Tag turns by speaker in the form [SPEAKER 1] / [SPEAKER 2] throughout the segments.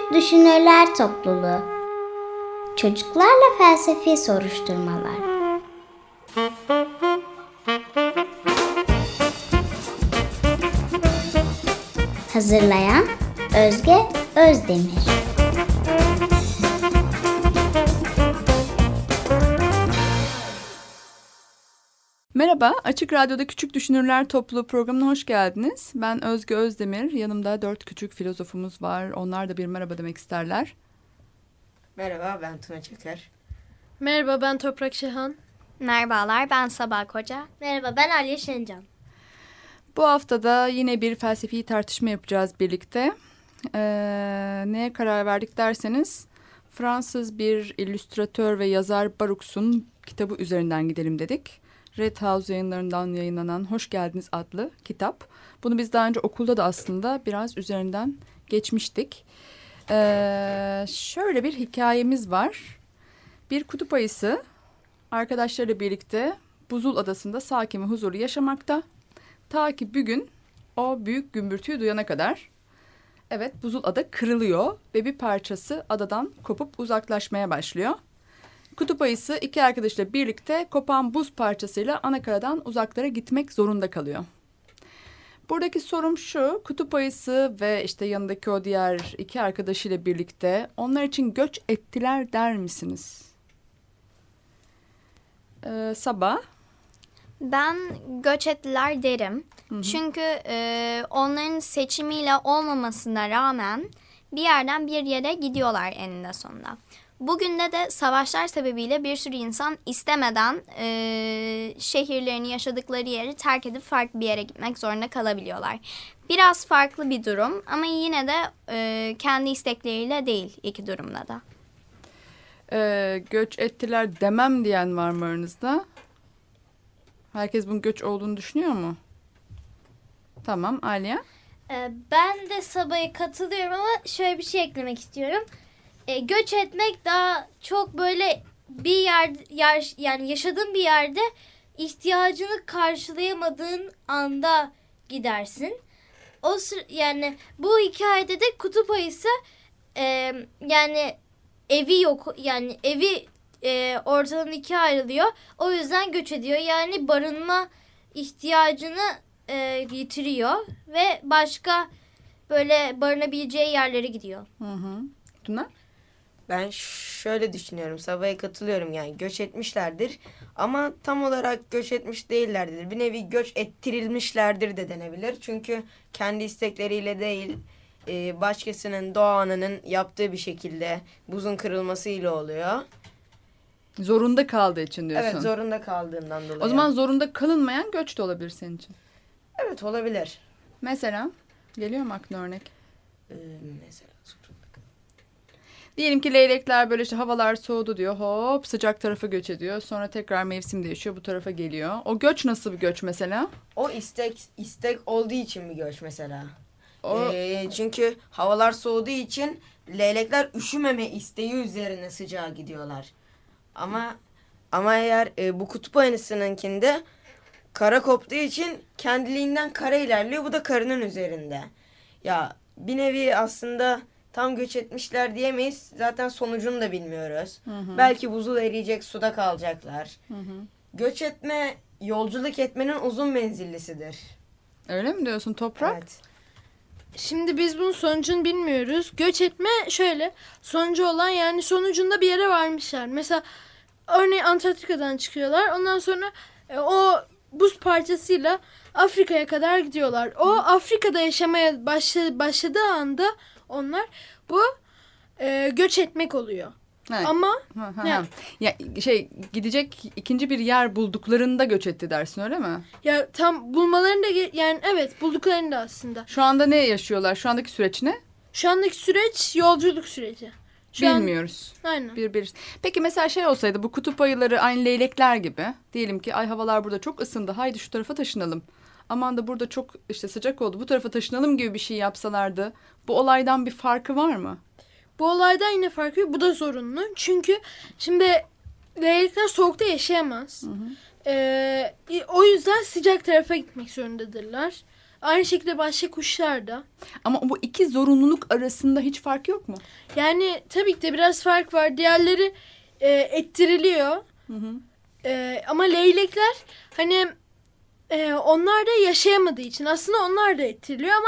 [SPEAKER 1] Küçük Düşünürler Topluluğu. Çocuklarla felsefi soruşturmalar. Hazırlayan Özge Özdemir.
[SPEAKER 2] Merhaba, Açık Radyo'da Küçük Düşünürler Topluluğu programına hoş geldiniz. Ben Özge Özdemir, yanımda 4 küçük filozofumuz var. Onlar da bir merhaba demek isterler.
[SPEAKER 3] Merhaba, ben Tuna Çakır.
[SPEAKER 4] Merhaba, ben Toprak Şahan.
[SPEAKER 5] Merhabalar, ben Sabah Koca.
[SPEAKER 6] Merhaba, ben Alya Şencan.
[SPEAKER 2] Bu haftada yine bir felsefi tartışma yapacağız birlikte. Neye karar verdik derseniz, Fransız bir illüstratör ve yazar Baruch'un kitabı üzerinden gidelim dedik. Red House yayınlarından yayınlanan Hoş Geldiniz adlı kitap. Bunu biz daha önce okulda da aslında biraz üzerinden geçmiştik. Şöyle bir hikayemiz var. Bir kutup ayısı arkadaşlarıyla birlikte Buzul Adası'nda sakin ve huzurlu yaşamakta. Ta ki bir gün o büyük gümbürtüyü duyana kadar. Evet, Buzul Ada kırılıyor ve bir parçası adadan kopup uzaklaşmaya başlıyor. Kutup ayısı iki arkadaşıyla birlikte kopan buz parçasıyla anakaradan uzaklara gitmek zorunda kalıyor. Buradaki sorum şu, kutup ayısı ve işte yanındaki o diğer iki arkadaşıyla birlikte onlar için göç ettiler der misiniz? Sabah?
[SPEAKER 5] Ben göç ettiler derim. Hı-hı. Çünkü onların seçimiyle olmamasına rağmen bir yerden bir yere gidiyorlar eninde sonunda. Bugün de savaşlar sebebiyle bir sürü insan istemeden şehirlerini, yaşadıkları yeri terk edip farklı bir yere gitmek zorunda kalabiliyorlar. Biraz farklı bir durum ama yine de kendi istekleriyle değil iki durumda da.
[SPEAKER 2] Göç ettiler demem diyen var mı aranızda? Herkes bunun göç olduğunu düşünüyor mu? Tamam, Alya?
[SPEAKER 6] Ben de Sabah'a katılıyorum ama şöyle bir şey eklemek istiyorum. Göç etmek daha çok böyle bir yani yaşadığın bir yerde ihtiyacını karşılayamadığın anda gidersin. Yani bu hikayede de kutup ayısı yani evi yok, yani evi ortadan ikiye ayrılıyor. O yüzden göç ediyor. Yani barınma ihtiyacını yitiriyor ve başka böyle barınabileceği yerlere gidiyor.
[SPEAKER 2] Hı. Tuna?
[SPEAKER 3] Ben şöyle düşünüyorum, Sabah'a katılıyorum, yani göç etmişlerdir ama tam olarak göç etmiş değillerdir. Bir nevi göç ettirilmişlerdir de denebilir. Çünkü kendi istekleriyle değil, başkasının, doğanın yaptığı bir şekilde buzun kırılmasıyla oluyor.
[SPEAKER 2] Zorunda kaldığı için diyorsun.
[SPEAKER 3] Evet, zorunda kaldığından dolayı.
[SPEAKER 2] O zaman zorunda kalınmayan göç de olabilir senin için.
[SPEAKER 3] Evet, olabilir.
[SPEAKER 2] Mesela? Geliyor mu aklına örnek?
[SPEAKER 3] Mesela
[SPEAKER 2] diyelim ki leylekler böyle işte havalar soğudu diyor. Hop sıcak tarafa göç ediyor. Sonra tekrar mevsim değişiyor, bu tarafa geliyor. O göç nasıl bir göç mesela?
[SPEAKER 3] O istek olduğu için bir göç mesela. Çünkü havalar soğuduğu için leylekler üşümeme isteği üzerine sıcağa gidiyorlar. Ama eğer bu kutup ayısınınkinde kara koptuğu için kendiliğinden kara ilerliyor. Bu da karının üzerinde. Ya bir nevi aslında tam göç etmişler diyemeyiz. Zaten sonucunu da bilmiyoruz. Hı. Belki buzul eriyecek, suda kalacaklar. Hı. Göç etme, yolculuk etmenin uzun menzillisidir.
[SPEAKER 2] Öyle mi diyorsun Toprak?
[SPEAKER 3] Evet.
[SPEAKER 4] Şimdi biz bunun sonucunu bilmiyoruz. Göç etme şöyle, sonucu olan yani sonucunda bir yere varmışlar. Mesela örneğin Antarktika'dan çıkıyorlar. Ondan sonra o buz parçasıyla Afrika'ya kadar gidiyorlar. O Afrika'da yaşamaya başladığı anda onlar bu göç etmek oluyor.
[SPEAKER 2] Evet.
[SPEAKER 4] Ama
[SPEAKER 2] ya gidecek ikinci bir yer bulduklarında göç etti dersin, öyle mi?
[SPEAKER 4] Ya tam bulmalarında yani evet, bulduklarında aslında.
[SPEAKER 2] Şu anda ne yaşıyorlar? Şu andaki süreç ne?
[SPEAKER 4] Şu andaki süreç yolculuk süreci.
[SPEAKER 2] Bilmiyoruz.
[SPEAKER 4] Aynen.
[SPEAKER 2] Peki mesela olsaydı, bu kutup ayıları aynı leylekler gibi. Diyelim ki ay havalar burada çok ısındı. Haydi şu tarafa taşınalım. Aman da burada çok işte sıcak oldu. Bu tarafa taşınalım gibi bir şey yapsalardı. Bu olaydan bir farkı var mı?
[SPEAKER 4] Bu olaydan yine farkı yok. Bu da zorunlu. Çünkü şimdi leylekler soğukta yaşayamaz. Hı hı. O yüzden sıcak tarafa gitmek zorundadırlar. Aynı şekilde başka kuşlar da.
[SPEAKER 2] Ama bu iki zorunluluk arasında hiç fark yok mu?
[SPEAKER 4] Yani tabii ki de biraz fark var. Diğerleri ettiriliyor. Ama leylekler hani onlar da yaşayamadığı için aslında onlar da ettiriliyor ama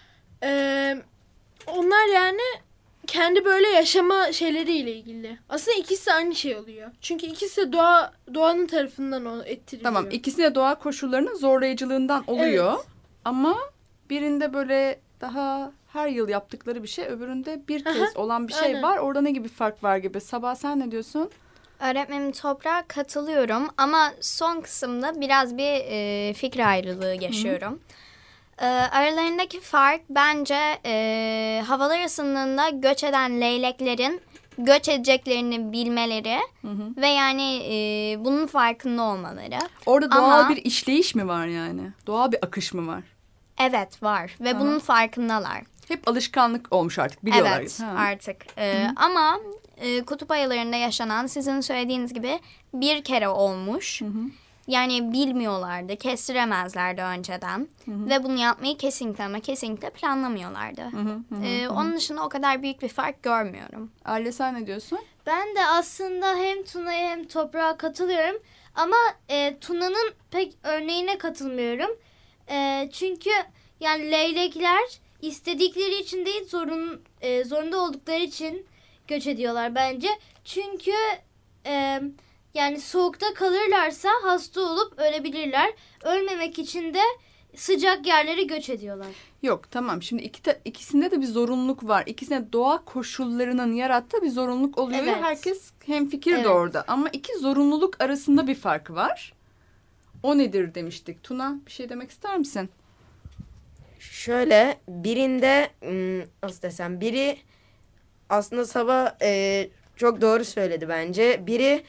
[SPEAKER 4] onlar yani kendi böyle yaşama şeyleriyle ilgili. Aslında ikisi de aynı şey oluyor. Çünkü ikisi de doğanın tarafından ettiriliyor.
[SPEAKER 2] Tamam, ikisi de doğa koşullarının zorlayıcılığından oluyor.
[SPEAKER 4] Evet.
[SPEAKER 2] Ama birinde böyle daha her yıl yaptıkları bir şey, öbüründe bir kez olan bir şey
[SPEAKER 4] aynen.
[SPEAKER 2] var. Orada ne gibi fark var gibi. Sabah sen ne diyorsun?
[SPEAKER 5] Öğretmenim Toprağa katılıyorum ama son kısımda biraz bir fikir ayrılığı yaşıyorum. Aralarındaki fark bence havalar ısındığında göç eden leyleklerin göç edeceklerini bilmeleri ve yani bunun farkında olmaları.
[SPEAKER 2] Orada doğal
[SPEAKER 5] Ama-
[SPEAKER 2] bir işleyiş mi var yani? Doğal bir akış mı var?
[SPEAKER 5] Evet var ve bunun farkındalar.
[SPEAKER 2] Hep alışkanlık olmuş artık, biliyorlar.
[SPEAKER 5] Evet
[SPEAKER 2] Ha.
[SPEAKER 5] artık. Ama kutup ayılarında yaşanan sizin söylediğiniz gibi bir kere olmuş. Yani bilmiyorlardı, kestiremezlerdi önceden. Ve bunu yapmayı kesinlikle ama kesinlikle planlamıyorlardı. Onun dışında o kadar büyük bir fark görmüyorum.
[SPEAKER 2] Aile sen ne diyorsun?
[SPEAKER 6] Ben de aslında hem Tuna'ya hem Toprağa katılıyorum. Ama Tuna'nın pek örneğine katılmıyorum. Çünkü yani leylekler istedikleri için değil zorunda oldukları için göç ediyorlar bence. Çünkü yani soğukta kalırlarsa hasta olup ölebilirler. Ölmemek için de sıcak yerlere göç ediyorlar.
[SPEAKER 2] Yok, tamam, şimdi ikisinde de bir zorunluluk var. İkisinde doğa koşullarının yarattığı bir zorunluluk oluyor.
[SPEAKER 6] Evet.
[SPEAKER 2] Ya, herkes hemfikir
[SPEAKER 6] Evet.
[SPEAKER 2] de orada. Ama iki zorunluluk arasında bir fark var. O nedir demiştik. Tuna, bir şey demek ister misin?
[SPEAKER 3] Şöyle birinde nasıl desem, biri aslında Sabah çok doğru söyledi bence. Biri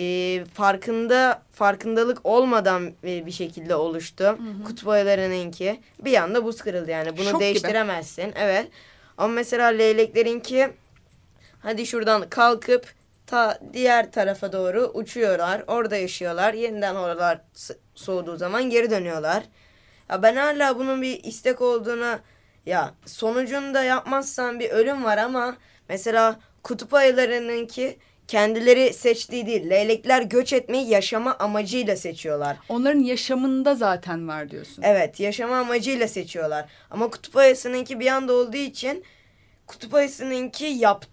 [SPEAKER 3] farkındalık olmadan bir şekilde oluştu. Kutup ayılarınınki bir anda buz kırıldı yani. Bunu
[SPEAKER 2] Şok
[SPEAKER 3] değiştiremezsin. Evet. Ama mesela leyleklerinki hadi şuradan kalkıp ta diğer tarafa doğru uçuyorlar. Orada yaşıyorlar. Yeniden oralar soğuduğu zaman geri dönüyorlar. Ya ben hala bunun bir istek olduğuna, ya sonucunda yapmazsan bir ölüm var ama mesela kutup ayılarınınki kendileri seçtiği değil. Leylekler göç etmeyi yaşama amacıyla seçiyorlar.
[SPEAKER 2] Onların yaşamında zaten var diyorsun.
[SPEAKER 3] Evet, yaşama amacıyla seçiyorlar. Ama kutup ayısınınki bir anda olduğu için kutup ayısınınki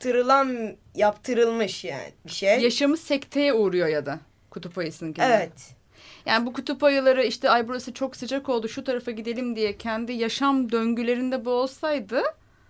[SPEAKER 3] yaptırılmış yani bir şey.
[SPEAKER 2] Yaşamı sekteye uğruyor ya da kutup ayısınınki.
[SPEAKER 3] Evet.
[SPEAKER 2] Yani bu kutup ayıları işte ay burası çok sıcak oldu şu tarafa gidelim diye kendi yaşam döngülerinde bu olsaydı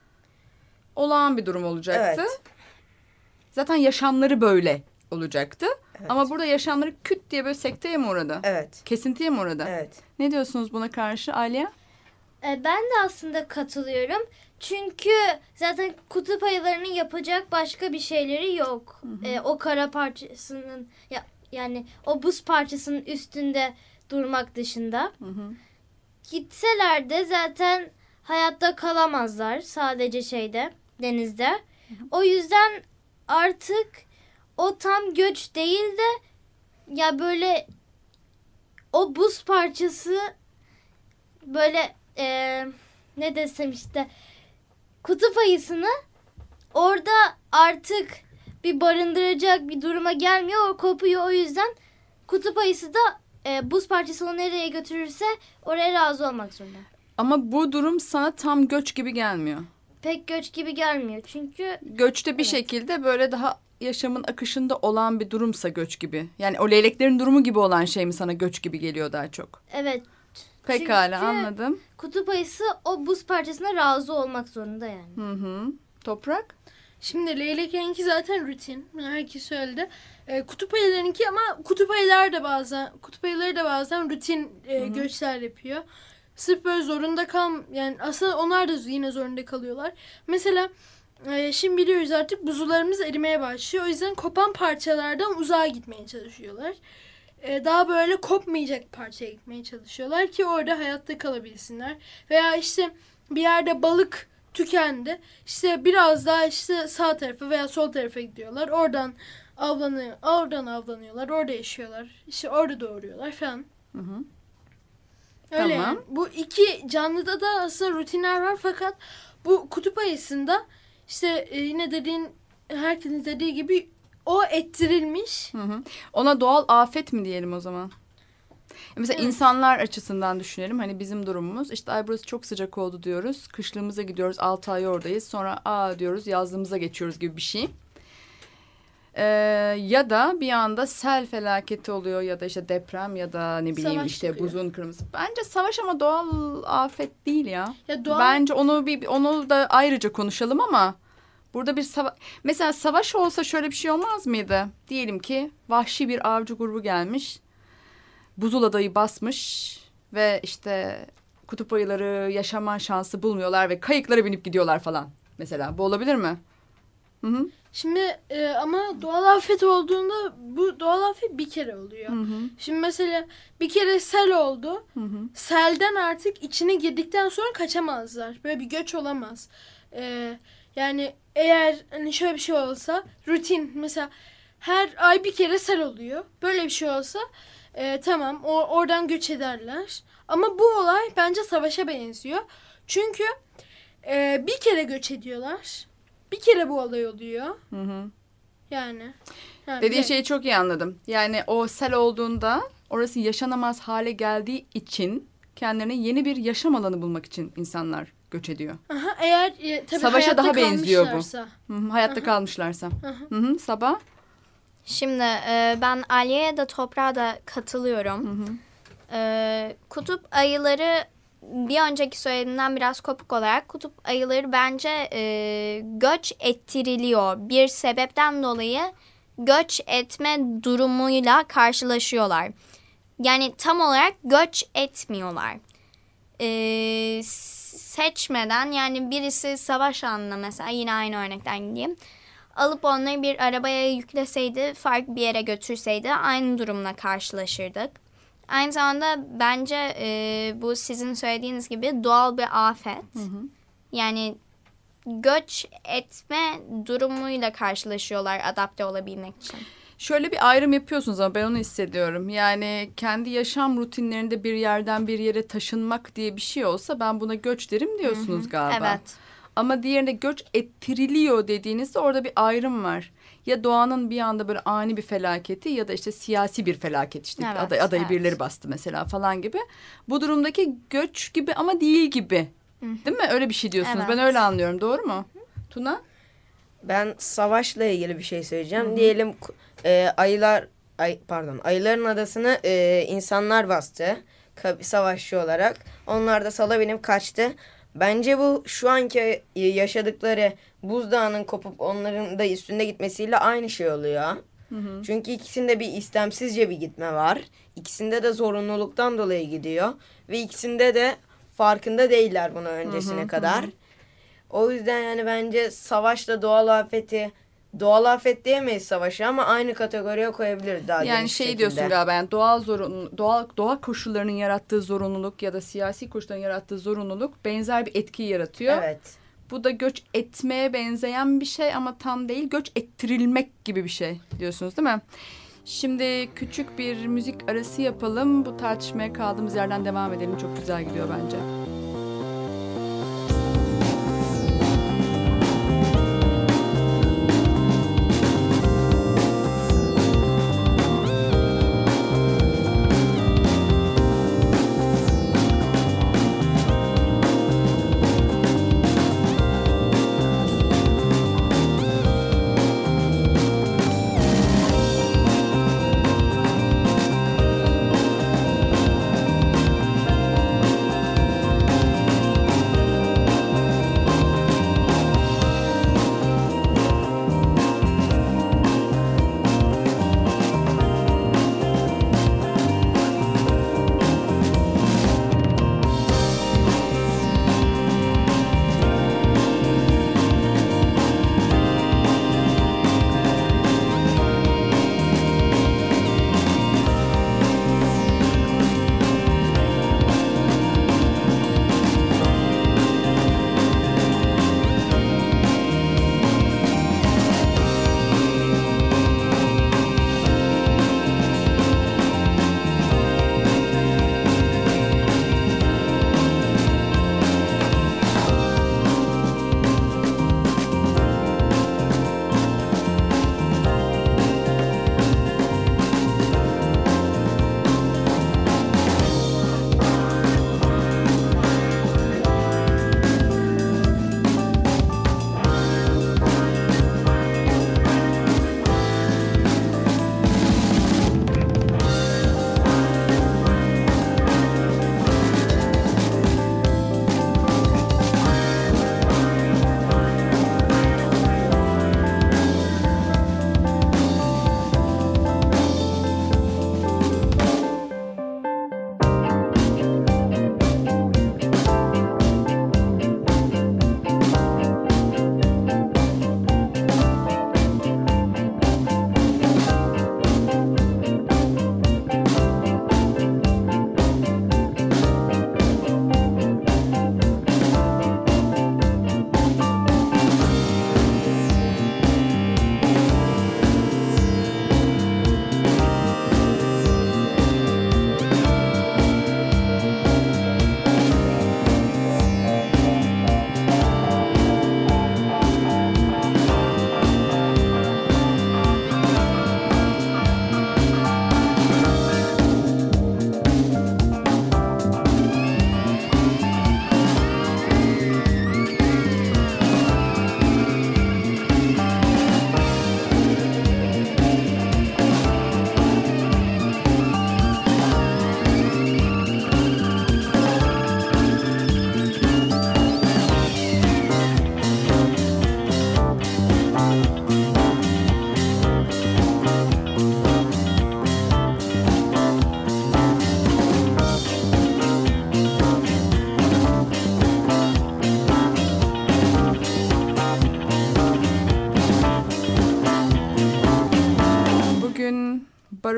[SPEAKER 2] olağan bir durum olacaktı.
[SPEAKER 3] Evet.
[SPEAKER 2] Zaten yaşamları böyle olacaktı.
[SPEAKER 3] Evet.
[SPEAKER 2] Ama burada yaşamları küt diye böyle sekteye mi uğradı?
[SPEAKER 3] Evet.
[SPEAKER 2] Kesintiye mi uğradı?
[SPEAKER 3] Evet.
[SPEAKER 2] Ne diyorsunuz buna karşı Aliye?
[SPEAKER 6] Ben de aslında katılıyorum. Çünkü zaten kutup ayılarının yapacak başka bir şeyleri yok. O kara parçasının yani o buz parçasının üstünde durmak dışında. Gitseler de zaten hayatta kalamazlar sadece denizde. O yüzden artık o tam göç değil de ya böyle o buz parçası böyle ne desem işte kutup ayısını orada artık bir barındıracak bir duruma gelmiyor. O kopuyor, o yüzden kutup ayısı da buz parçası onu nereye götürürse oraya razı olmak zorunda.
[SPEAKER 2] Ama bu durum sana tam göç gibi gelmiyor.
[SPEAKER 6] Pek göç gibi gelmiyor çünkü
[SPEAKER 2] Göçte bir şekilde böyle daha yaşamın akışında olan bir durumsa göç gibi. Yani o leyleklerin durumu gibi olan şey mi sana göç gibi geliyor daha çok?
[SPEAKER 6] evet.
[SPEAKER 2] Pekala,
[SPEAKER 6] Çünkü
[SPEAKER 2] anladım.
[SPEAKER 6] kutup ayısı o buz parçasına razı olmak zorunda yani.
[SPEAKER 2] Toprak?
[SPEAKER 4] Şimdi leyleklerinki zaten rutin. Bunu herkes söyledi. Kutup ayılarınki ama kutup ayıları da bazen rutin göçler yapıyor. Sırf böyle zorunda yani aslında onlar da yine zorunda kalıyorlar. Mesela şimdi biliyoruz artık buzullarımız erimeye başlıyor. O yüzden kopan parçalardan uzağa gitmeye çalışıyorlar. Daha böyle kopmayacak parçaya gitmeye çalışıyorlar ki orada hayatta kalabilsinler. Veya işte bir yerde balık tükendi. İşte biraz daha işte sağ tarafa veya sol tarafa gidiyorlar. Oradan avlanıyorlar. Orada yaşıyorlar. İşte orada doğuruyorlar falan. Öyle
[SPEAKER 2] Tamam.
[SPEAKER 4] yani. Bu iki canlıda da aslında rutinler var fakat bu kutup ayısında işte yine herkesin dediği gibi o ettirilmiş.
[SPEAKER 2] Hı. Ona doğal afet mi diyelim o zaman? Mesela
[SPEAKER 4] Evet.
[SPEAKER 2] insanlar açısından düşünelim. Hani bizim durumumuz işte ay burası çok sıcak oldu diyoruz. Kışlığımıza gidiyoruz 6 ay oradayız. Sonra diyoruz yazlığımıza geçiyoruz gibi bir şey. Ya da bir anda sel felaketi oluyor ya da işte deprem ya da ne bileyim
[SPEAKER 4] Savaş
[SPEAKER 2] işte
[SPEAKER 4] çıkıyor.
[SPEAKER 2] buzun kırmızı. Bence savaş ama doğal afet değil ya.
[SPEAKER 4] Ya doğal
[SPEAKER 2] Bence onu da ayrıca konuşalım ama burada bir mesela savaş olsa şöyle bir şey olmaz mıydı? Diyelim ki vahşi bir avcı grubu gelmiş. Buzul adayı basmış ve işte kutup ayıları yaşama şansı bulmuyorlar ve kayıklara binip gidiyorlar falan. Mesela bu olabilir mi? Hı.
[SPEAKER 4] Şimdi ama doğal afet olduğunda bu doğal afet bir kere oluyor. Şimdi mesela bir kere sel oldu. Selden artık içine girdikten sonra kaçamazlar. Böyle bir göç olamaz. Yani eğer hani şöyle bir şey olsa rutin mesela her ay bir kere sel oluyor. Böyle bir şey olsa tamam oradan göç ederler. Ama bu olay bence savaşa benziyor. Çünkü bir kere göç ediyorlar. Bir kere bu olay oluyor. Yani
[SPEAKER 2] Dediğin şeyi çok iyi anladım. Yani o sel olduğunda orası yaşanamaz hale geldiği için kendilerine yeni bir yaşam alanı bulmak için insanlar göç ediyor.
[SPEAKER 4] Aha, eğer tabii
[SPEAKER 2] Savaşa
[SPEAKER 4] hayatta
[SPEAKER 2] daha benziyor bu.
[SPEAKER 4] kalmışlarsa.
[SPEAKER 2] Hayatta kalmışlarsa. Sabah.
[SPEAKER 5] Şimdi ben Aliye'ye de Toprağa da katılıyorum. Kutup ayıları bir önceki söylediğimden biraz kopuk olarak kutup ayıları bence göç ettiriliyor. Bir sebepten dolayı göç etme durumuyla karşılaşıyorlar. Yani tam olarak göç etmiyorlar. Seçmeden yani birisi savaş anına mesela yine aynı örnekten gideyim. Alıp onları bir arabaya yükleseydi, farklı bir yere götürseydi aynı durumla karşılaşırdık. Aynı zamanda bence bu sizin söylediğiniz gibi doğal bir afet. Yani göç etme durumuyla karşılaşıyorlar adapte olabilmek için.
[SPEAKER 2] Şöyle bir ayrım yapıyorsunuz ama ben onu hissediyorum. Yani kendi yaşam rutinlerinde bir yerden bir yere taşınmak diye bir şey olsa ben buna göç derim diyorsunuz galiba.
[SPEAKER 5] Evet.
[SPEAKER 2] Ama diğerine göç ettiriliyor dediğinizde orada bir ayrım var. Ya doğanın bir anda böyle ani bir felaketi ya da işte siyasi bir felaket işte
[SPEAKER 5] Evet,
[SPEAKER 2] adayı
[SPEAKER 5] evet.
[SPEAKER 2] birileri bastı mesela falan gibi. Bu durumdaki göç gibi ama değil gibi. Değil mi? Öyle bir şey diyorsunuz.
[SPEAKER 5] Evet.
[SPEAKER 2] Ben öyle anlıyorum. Doğru mu? Tuna?
[SPEAKER 3] Ben savaşla ilgili bir şey söyleyeceğim. Diyelim ayıların adasını insanlar bastı savaşçı olarak. Onlar da sala binip kaçtı. Bence bu şu anki yaşadıkları buzdağının kopup onların da üstünde gitmesiyle aynı şey oluyor. Çünkü ikisinde bir istemsizce bir gitme var. İkisinde de zorunluluktan dolayı gidiyor. Ve ikisinde de farkında değiller bunu öncesine kadar. O yüzden yani bence savaşla doğal afet diyemeyiz savaşı ama aynı kategoriye koyabiliriz daha
[SPEAKER 2] Yani
[SPEAKER 3] geniş
[SPEAKER 2] şey
[SPEAKER 3] şekilde.
[SPEAKER 2] diyorsun galiba yani doğa koşullarının yarattığı zorunluluk ya da siyasi koşulların yarattığı zorunluluk benzer bir etki yaratıyor.
[SPEAKER 3] Evet.
[SPEAKER 2] Bu da göç etmeye benzeyen bir şey ama tam değil, göç ettirilmek gibi bir şey diyorsunuz değil mi? Şimdi küçük bir müzik arası yapalım. Bu tartışmaya kaldığımız yerden devam edelim. Çok güzel gidiyor bence.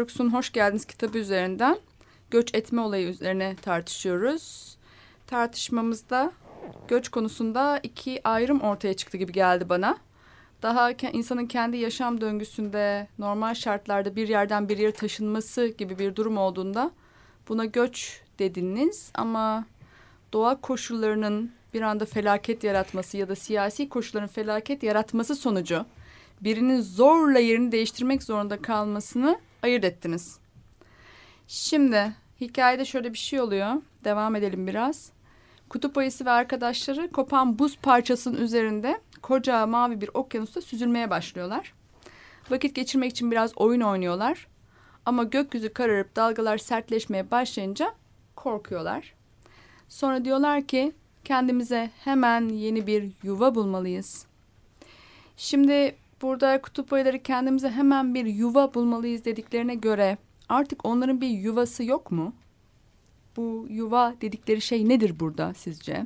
[SPEAKER 2] Faruksu'nun Hoş Geldiniz kitabı üzerinden göç etme olayı üzerine tartışıyoruz. Tartışmamızda göç konusunda iki ayrım ortaya çıktı gibi geldi bana. Daha insanın kendi yaşam döngüsünde normal şartlarda bir yerden bir yere taşınması gibi bir durum olduğunda buna göç dediniz. Ama doğa koşullarının bir anda felaket yaratması ya da siyasi koşulların felaket yaratması sonucu birinin zorla yerini değiştirmek zorunda kalmasını ayırt ettiniz. Şimdi hikayede şöyle bir şey oluyor. Devam edelim biraz. Kutup ayısı ve arkadaşları kopan buz parçasının üzerinde koca mavi bir okyanusta süzülmeye başlıyorlar. Vakit geçirmek için biraz oyun oynuyorlar. Ama gökyüzü kararıp dalgalar sertleşmeye başlayınca korkuyorlar. Sonra diyorlar ki kendimize hemen yeni bir yuva bulmalıyız. Şimdi burada kutup ayıları kendimize hemen bir yuva bulmalıyız dediklerine göre artık onların bir yuvası yok mu? Bu yuva dedikleri şey nedir burada sizce?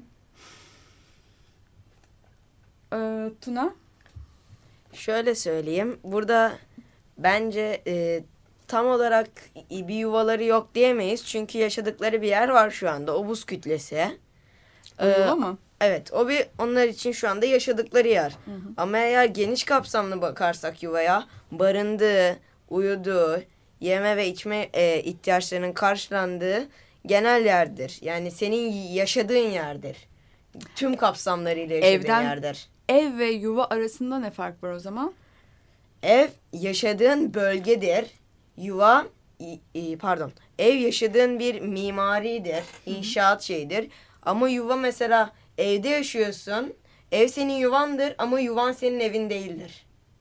[SPEAKER 2] Tuna?
[SPEAKER 3] Şöyle söyleyeyim. Burada bence tam olarak bir yuvaları yok diyemeyiz. Çünkü yaşadıkları bir yer var şu anda. O buz kütlesi.
[SPEAKER 2] Yuva mı?
[SPEAKER 3] Evet, o bir onlar için şu anda yaşadıkları yer. Hı hı. Ama eğer geniş kapsamlı bakarsak yuvaya, barındığı, uyuduğu, yeme ve içme ihtiyaçlarının karşılandığı genel yerdir. Yani senin yaşadığın yerdir. Tüm kapsamlarıyla yaşadığın yerdir.
[SPEAKER 2] Ev ve yuva arasında ne fark var o zaman?
[SPEAKER 3] Ev yaşadığın bölgedir. Yuva, ev yaşadığın bir mimaridir, inşaat şeyidir. Ama yuva mesela evde yaşıyorsun. Ev senin yuvandır ama yuvan senin evin değildir.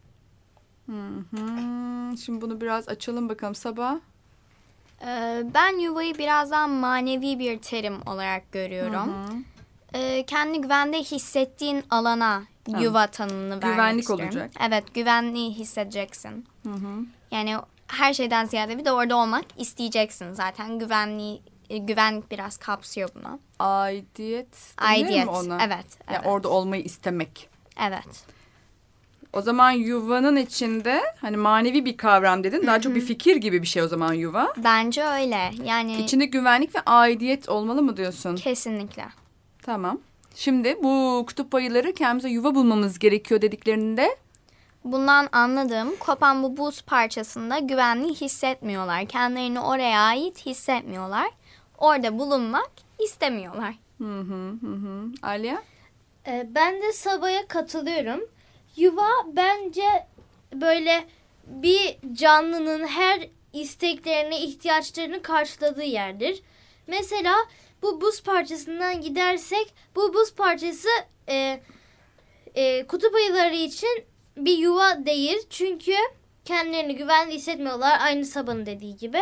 [SPEAKER 2] Şimdi bunu biraz açalım bakalım Sabah.
[SPEAKER 5] Ben yuvayı biraz daha manevi bir terim olarak görüyorum. Kendi güvende hissettiğin alana yuva tanımını vermek
[SPEAKER 2] güvenlik
[SPEAKER 5] istiyorum.
[SPEAKER 2] Olacak.
[SPEAKER 5] Evet, güvenliği hissedeceksin. Yani her şeyden ziyade bir de orada olmak isteyeceksin zaten. Güvenlik biraz kapsıyor bunu.
[SPEAKER 2] Aidiyet mi ona?
[SPEAKER 5] Evet.
[SPEAKER 2] Yani orada olmayı istemek.
[SPEAKER 5] Evet.
[SPEAKER 2] O zaman yuvanın içinde hani manevi bir kavram dedin. Daha çok bir fikir gibi bir şey o zaman yuva.
[SPEAKER 5] Bence öyle. Yani
[SPEAKER 2] İçinde güvenlik ve aidiyet olmalı mı diyorsun?
[SPEAKER 5] Kesinlikle.
[SPEAKER 2] Tamam. Şimdi bu kutup ayıları kendimize yuva bulmamız gerekiyor dediklerinde
[SPEAKER 5] bundan anladığım kopan bu buz parçasında güvenli hissetmiyorlar. Kendilerini oraya ait hissetmiyorlar. Orada bulunmak istemiyorlar.
[SPEAKER 2] Aliye?
[SPEAKER 6] Ben de Sabah'a katılıyorum. Yuva bence böyle bir canlının her isteklerini, ihtiyaçlarını karşıladığı yerdir. Mesela bu buz parçasından gidersek bu buz parçası kutup ayıları için bir yuva değil. Çünkü kendilerini güvenli hissetmiyorlar. Aynı Sabah'ın dediği gibi.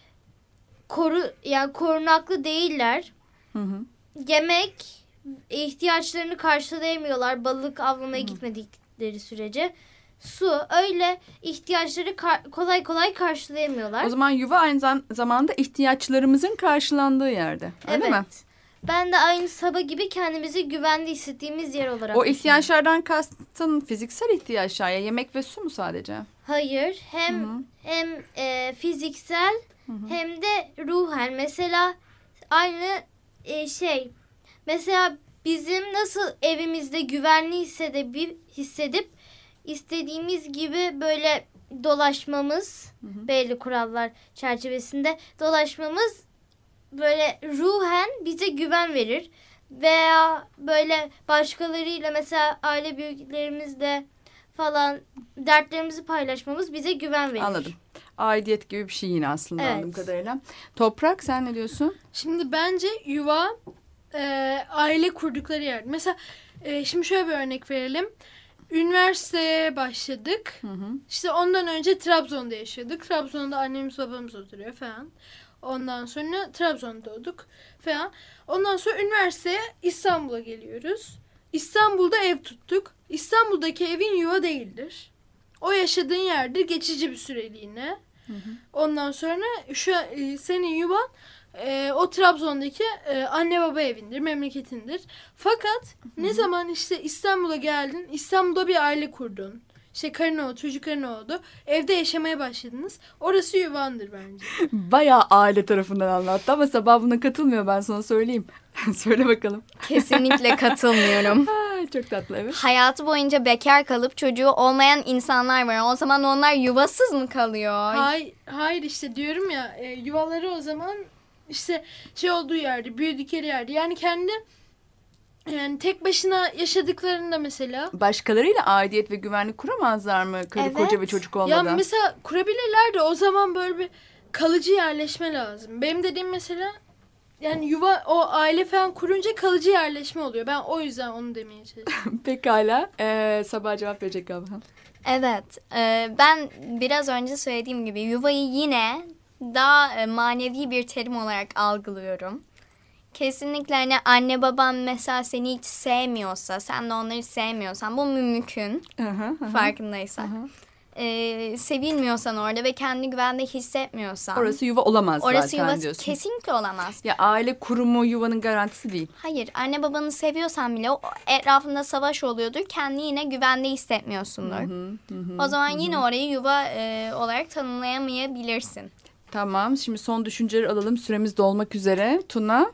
[SPEAKER 6] Korunaklı değiller. Yemek ihtiyaçlarını karşılayamıyorlar. Balık avlamaya gitmedikleri sürece. Su öyle ihtiyaçları kolay kolay karşılayamıyorlar.
[SPEAKER 2] O zaman yuva aynı zamanda ihtiyaçlarımızın karşılandığı yerde. Öyle mi?
[SPEAKER 6] Ben de aynı Sabah gibi kendimizi güvende hissettiğimiz yer olarak
[SPEAKER 2] O ihtiyaçlardan kastın fiziksel ihtiyaçlar ya yemek ve su mu sadece?
[SPEAKER 6] Hayır. Hem fiziksel hem de ruhen. Mesela aynı Mesela bizim nasıl evimizde güvenli hissedip istediğimiz gibi böyle dolaşmamız, belli kurallar çerçevesinde dolaşmamız böyle ruhen bize güven verir. Veya böyle başkalarıyla mesela aile büyüklerimizle falan dertlerimizi paylaşmamız bize güven verir.
[SPEAKER 2] Anladım. Aidiyet gibi bir şey yine aslında anladığım kadarıyla. Toprak sen ne diyorsun?
[SPEAKER 4] Şimdi bence yuva aile kurdukları yer. Mesela şimdi şöyle bir örnek verelim. Üniversiteye başladık. İşte ondan önce Trabzon'da yaşadık. Trabzon'da annemiz babamız oturuyor falan. Ondan sonra Trabzon'da doğduk falan. Ondan sonra üniversiteye İstanbul'a geliyoruz. İstanbul'da ev tuttuk. İstanbul'daki evin yuva değildir. O yaşadığın yerdir geçici bir süreliğine. Ondan sonra senin yuvan o Trabzon'daki anne baba evindir, memleketindir. Fakat ne zaman işte İstanbul'a geldin, İstanbul'da bir aile kurdun. İşte karın oldu, çocukların oldu. Evde yaşamaya başladınız. Orası yuvandır bence.
[SPEAKER 2] Bayağı aile tarafından anlattı ama Sabah buna katılmıyor, ben sana söyleyeyim. Söyle bakalım.
[SPEAKER 5] Kesinlikle katılmıyorum.
[SPEAKER 2] Ay, çok tatlı, evet.
[SPEAKER 5] Hayatı boyunca bekar kalıp çocuğu olmayan insanlar var. O zaman onlar yuvasız mı kalıyor?
[SPEAKER 4] Hayır işte diyorum ya yuvaları o zaman işte şey olduğu yerde, büyüdükleri yerde. Yani tek başına yaşadıklarında mesela.
[SPEAKER 2] Başkalarıyla aidiyet ve güvenlik kuramazlar mı? Karı
[SPEAKER 5] Evet.
[SPEAKER 2] koca ve çocuk
[SPEAKER 4] Ya
[SPEAKER 2] olmadan.
[SPEAKER 4] mesela kurabilirler de o zaman böyle bir kalıcı yerleşme lazım. Benim dediğim mesela yani yuva, o aile falan kurunca kalıcı yerleşme oluyor. Ben o yüzden onu demeye çalışıyorum.
[SPEAKER 2] Pekala. Sabah cevap verecek galiba.
[SPEAKER 5] Evet. Ben biraz önce söylediğim gibi yuvayı yine daha manevi bir terim olarak algılıyorum. Kesinlikle hani anne baban mesela seni hiç sevmiyorsa, sen de onları sevmiyorsan, bu mümkün. Farkındaysan. Sevilmiyorsan orada ve kendini güvende hissetmiyorsan.
[SPEAKER 2] Orası yuva olamaz
[SPEAKER 5] orası
[SPEAKER 2] zaten
[SPEAKER 5] yuva
[SPEAKER 2] diyorsun.
[SPEAKER 5] kesinlikle olamaz.
[SPEAKER 2] Ya aile kurumu yuvanın garantisi değil.
[SPEAKER 5] Hayır, anne babanı seviyorsan bile o etrafında savaş oluyordur. Kendini yine güvende hissetmiyorsundur. O zaman yine orayı yuva olarak tanımlayamayabilirsin.
[SPEAKER 2] Tamam, şimdi son düşünceleri alalım. Süremiz dolmak üzere. Tuna?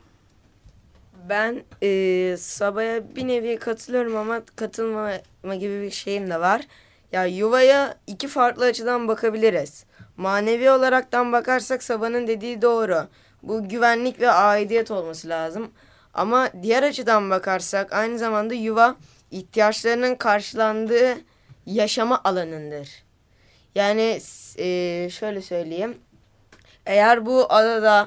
[SPEAKER 3] Ben Sabah'a bir nevi katılıyorum ama katılmama gibi bir şeyim de var. Ya yuvaya iki farklı açıdan bakabiliriz. Manevi olaraktan bakarsak Sabah'ın dediği doğru. Bu güvenlik ve aidiyet olması lazım. Ama diğer açıdan bakarsak aynı zamanda yuva ihtiyaçlarının karşılandığı yaşama alanındır. Yani şöyle söyleyeyim. Eğer bu adada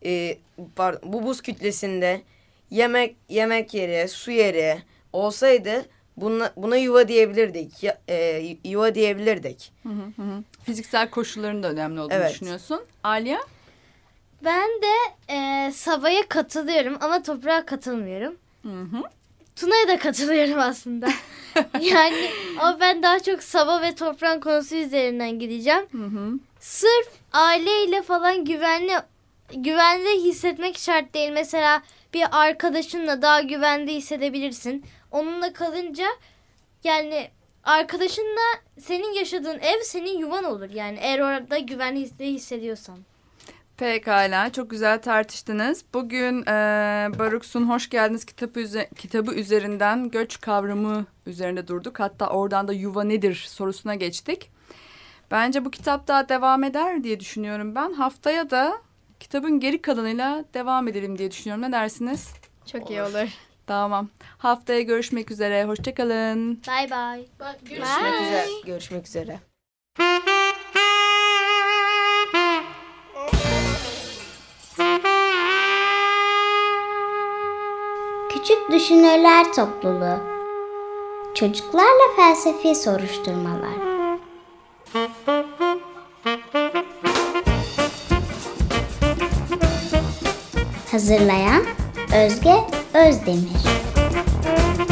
[SPEAKER 3] bu buz kütlesinde yemek yeri, su yeri olsaydı buna yuva diyebilirdik. Yuva diyebilirdik.
[SPEAKER 2] Fiziksel koşulların da önemli olduğunu
[SPEAKER 3] Evet.
[SPEAKER 2] düşünüyorsun. Aliye?
[SPEAKER 6] Ben de Sabah'a katılıyorum ama toprağa katılmıyorum. Tuna'ya da katılıyorum aslında. Yani ama ben daha çok Sabah ve toprağın konusu üzerinden gideceğim. Sırf aileyle falan güvende hissetmek şart değil. Mesela bir arkadaşınla daha güvende hissedebilirsin. Onunla kalınca yani arkadaşınla senin yaşadığın ev senin yuvan olur. Yani eğer orada güvenli hissediyorsan.
[SPEAKER 2] Pekala, çok güzel tartıştınız. Bugün Baruksun Hoş Geldiniz kitabı üzerinden göç kavramı üzerinde durduk. Hatta oradan da yuva nedir sorusuna geçtik. Bence bu kitap daha devam eder diye düşünüyorum ben. Haftaya da kitabın geri kalanıyla devam edelim diye düşünüyorum. Ne dersiniz?
[SPEAKER 5] Çok iyi olur.
[SPEAKER 2] Tamam. Haftaya görüşmek üzere. Hoşçakalın.
[SPEAKER 6] Bye bye.
[SPEAKER 3] Görüşmek üzere.
[SPEAKER 1] Küçük Düşünürler Topluluğu. Çocuklarla felsefi soruşturmalar. Hazırlayan Özge Özdemir.